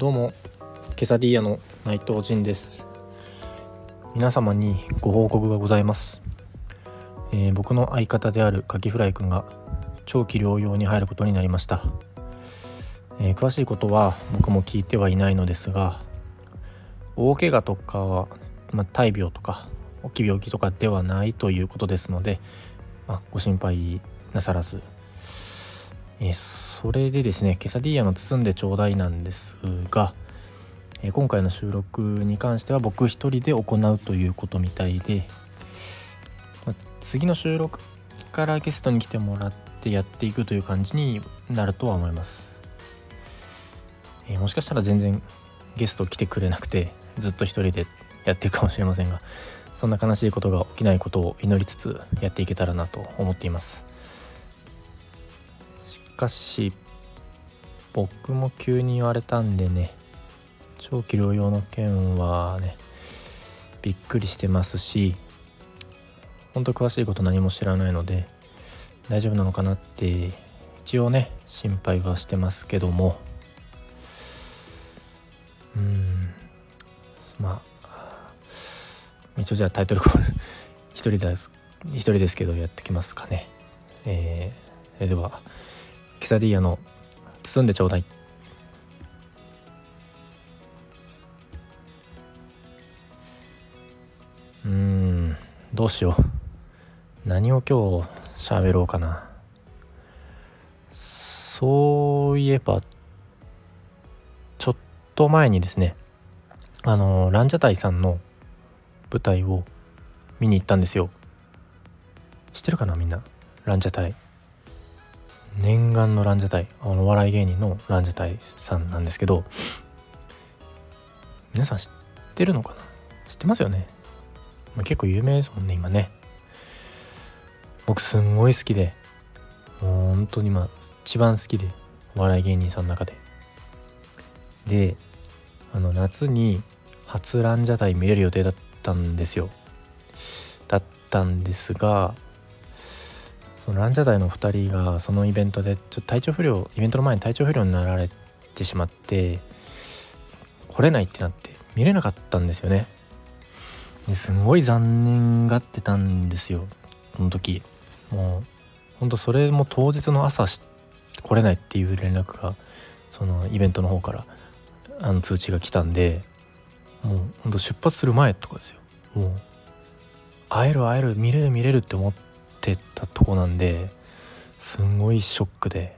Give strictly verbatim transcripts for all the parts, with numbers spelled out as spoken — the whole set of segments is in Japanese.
どうもケサディーヤの内藤仁です。皆様にご報告がございます。えー、僕の相方であるカキフライ君が長期療養に入ることになりました。えー、詳しいことは僕も聞いてはいないのですが、大怪我とかは、まあ、大病とか大きい病気とかではないということですので、まあ、ご心配なさらず、えー、それでですね、ケサディーヤの包んでちょうだいなんですが、えー、今回の収録に関しては僕一人で行うということみたいで、まあ、次の収録からゲストに来てもらってやっていくという感じになるとは思います。えー、もしかしたら全然ゲスト来てくれなくてずっと一人でやっていくかもしれませんが、そんな悲しいことが起きないことを祈りつつやっていけたらなと思っています。しかし僕も急に言われたんでね、長期療養の件はねびっくりしてますし、本当詳しいこと何も知らないので大丈夫なのかなって一応ね心配はしてますけども、うーんまあ一応じゃあタイトルコール一人です一人ですけどやってきますかね。えー、それではケサディーヤの包んでちょうだい。うーんどうしよう、何を今日喋ろうかな。そういえばちょっと前にですね、あのランジャタイさんの舞台を見に行ったんですよ。知ってるかなみんな。ランジャタイ、念願のランジャタイ、あの笑い芸人のランジャタイさんなんですけど、皆さん知ってるのかな。知ってますよね、まあ、結構有名ですもんね今ね。僕すんごい好きで、もう本当に今一番好きで、お笑い芸人さんの中でであの夏に初ランジャタイ見れる予定だったんですよだったんですが、そのランジャタイのふたりがそのイベントでちょっと体調不良、イベントの前に体調不良になられてしまって来れないってなって見れなかったんですよね。ですごい残念がってたんですよその時。もうほんとそれも当日の朝し来れないっていう連絡がそのイベントの方からあの通知が来たんで、もうほんと出発する前とかですよ。もう会える会える見れる見れるって思ってたとこなんで、すんごいショックで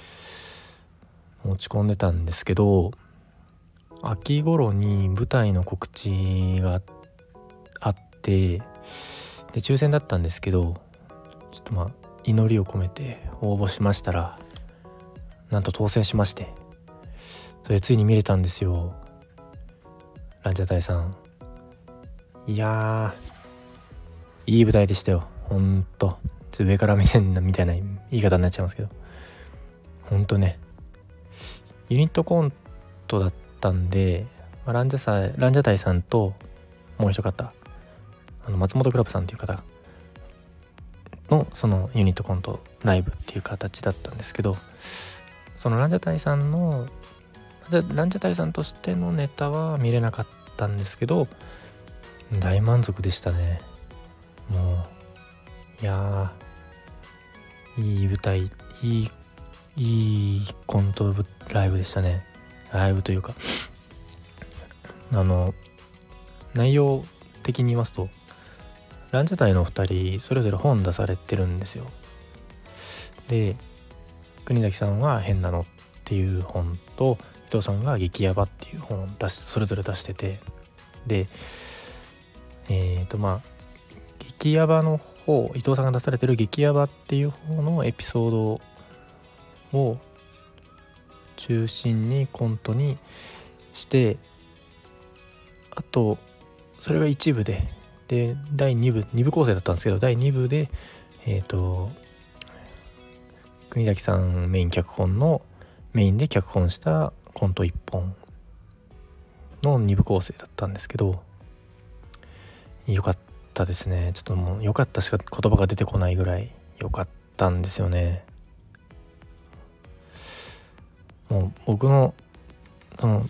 落ち込んでたんですけど、秋頃に舞台の告知があって、で抽選だったんですけど、ちょっとまあ祈りを込めて応募しましたら、なんと当選しまして、それついに見れたんですよ、ランジャタイさん。いやーいい舞台でしたよほんと。ちょっと上から見てんなみたいな言い方になっちゃいますけど、ほんとねユニットコントだったんで、まあ、ランジャサイランジャタイさんともう一方、あの松本クラブさんっていう方のそのユニットコントライブっていう形だったんですけど、そのランジャタイさんのランジャタイさんとしてのネタは見れなかったんですけど、大満足でしたね。もういやーいい舞台、いいいいコントライブでしたね。ライブというかあの内容的に言いますと、ランジャタイのふたりそれぞれ本出されてるんですよ。で国崎さんは変なのっていう本と、伊藤さんが激ヤバっていう本を出しそれぞれ出してて、でえーとまあ激ヤバの方、伊藤さんが出されてる激ヤバっていう方のエピソードを中心にコントにして、あとそれが一部ででだいに部に部構成だったんですけど、だいに部でえっと国崎さんメイン脚本のメインで脚本したコントいっぽんのに部構成だったんですけど、よかったですね。ちょっともうよかったしか言葉が出てこないぐらいよかったんですよね。もう僕のその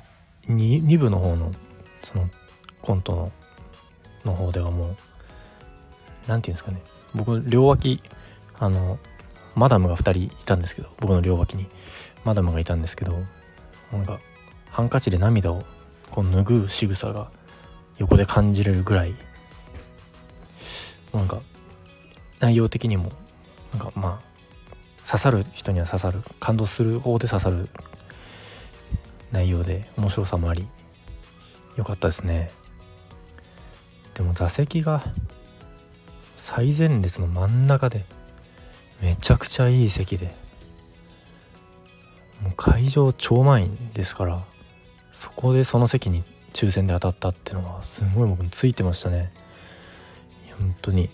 に, に部の方のそのコントのの方ではもうなんていうんですかね、僕両脇あのマダムがふたりいたんですけど、僕の両脇にマダムがいたんですけど、なんかハンカチで涙をこう拭う仕草が横で感じれるぐらい、なんか内容的にもなんかまあ刺さる人には刺さる、感動する方で刺さる内容で面白さもあり良かったですね。でも座席が最前列の真ん中でめちゃくちゃいい席で、もう会場超満員ですから、そこでその席に抽選で当たったっていうのはすごい僕についてましたね。本当に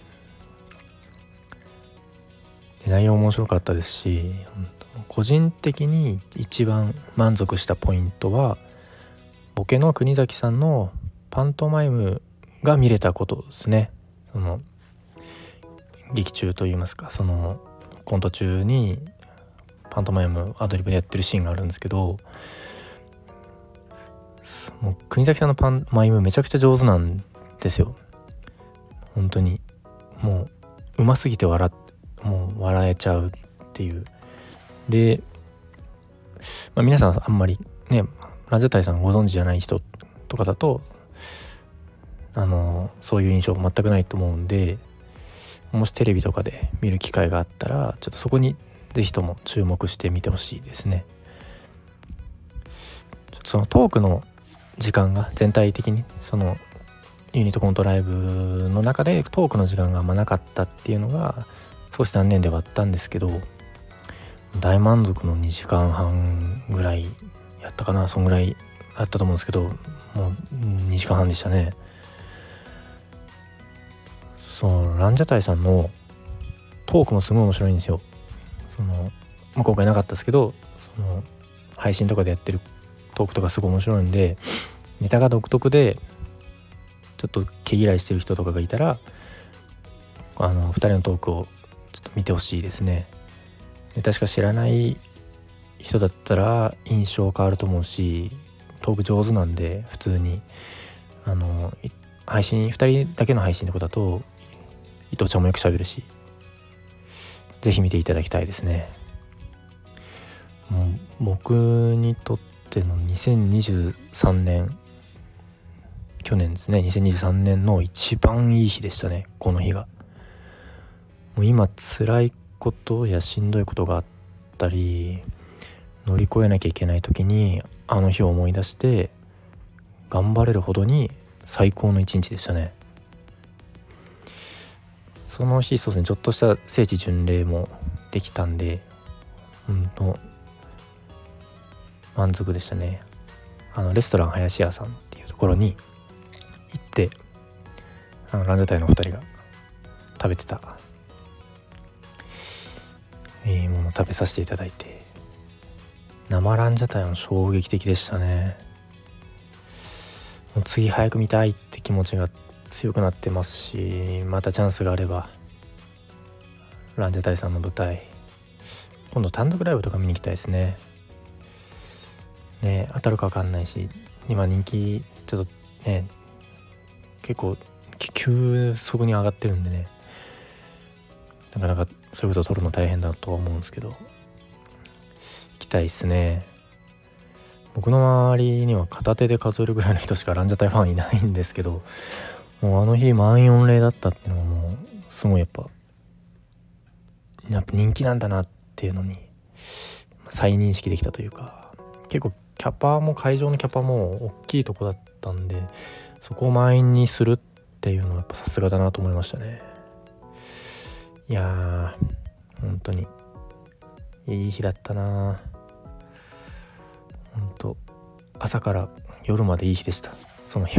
内容面白かったですし、個人的に一番満足したポイントはボケの国崎さんのパントマイムが見れたことですね。その劇中といいますか、そのコント中にパントマイムアドリブでやってるシーンがあるんですけど、もう国崎さんのパントマイムめちゃくちゃ上手なんですよ。本当にもう上手すぎて笑っもう笑えちゃうっていう。で、まあ、皆さんあんまりねランジャタイさんご存知じゃない人とかだとあのそういう印象全くないと思うんで、もしテレビとかで見る機会があったらちょっとそこにぜひとも注目してみてほしいですね。そのトークの時間が全体的にそのユニットコントライブの中でトークの時間があんまなかったっていうのが少し残念ではあったんですけど、大満足のにじかんはんぐらいやったかな、そんぐらいあったと思うんですけど、もうにじかんはんでしたね。そうランジャタイさんのトークもすごい面白いんですよ。その、まあ、今回なかったですけど、その配信とかでやってるトークとかすごい面白いんで、ネタが独特でちょっと毛嫌いしてる人とかがいたらあのふたりのトークをちょっと見てほしいですね。で確か知らない人だったら印象変わると思うし、トーク上手なんで普通にあの配信ふたりだけの配信ってことだと伊藤ちゃんもよく喋るし、ぜひ見ていただきたいですね。もう僕にとってのにせんにじゅうさんねん、去年ですね、にせんにじゅうさんねんの一番いい日でしたね、この日が。もう今辛いことやしんどいことがあったり乗り越えなきゃいけない時にあの日を思い出して頑張れるほどに最高の一日でしたね。その日そうですね、ちょっとした聖地巡礼もできたんで本当満足でしたね。あのレストラン林家さんっていうところに行ってあのランジャタイのふたりが食べてたいいものを食べさせていただいて、生ランジャタイの衝撃的でしたね。もう次早く見たいって気持ちが強くなってますし、またチャンスがあればランジャタイさんの舞台今度単独ライブとか見に行きたいですね。ね当たるか分かんないし、今人気ちょっとね結構急速に上がってるんでね、なかなかそれこそ撮るの大変だとは思うんですけど行きたいですね。僕の周りには片手で数えるぐらいの人しかランジャタイファンいないんですけど、もうあの日満員御礼だったっていうのはもうすごいやっぱやっぱ人気なんだなっていうのに再認識できたというか、結構キャパも会場のキャパも大きいとこだったんで、そこを満員にするっていうのはやっぱさすがだなと思いましたね。いやー本当にいい日だったな。本当朝から夜までいい日でした、その日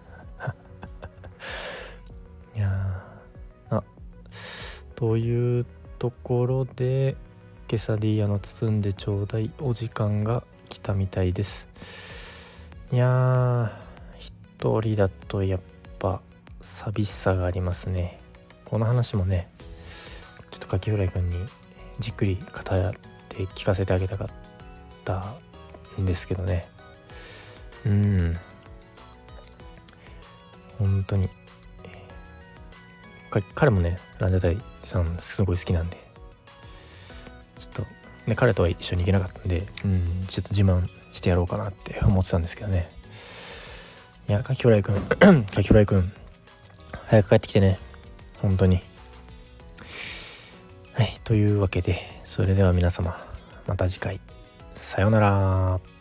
はいやーあというところでケサディーヤの包んでちょうだいお時間が来たみたいです。いやー一人だとやっぱ寂しさがありますね。この話もねちょっとかきフライ君にじっくり語って聞かせてあげたかったんですけどね、 うん本当にか彼もねランジャタイさんすごい好きなんで、ちょっとね彼とは一緒に行けなかったんで、うんちょっと自慢してやろうかなって思ってたんですけどね。いや、かきフライくんかきフライくん早く帰ってきてね、本当に。はい、というわけで、それでは皆様また次回さようなら。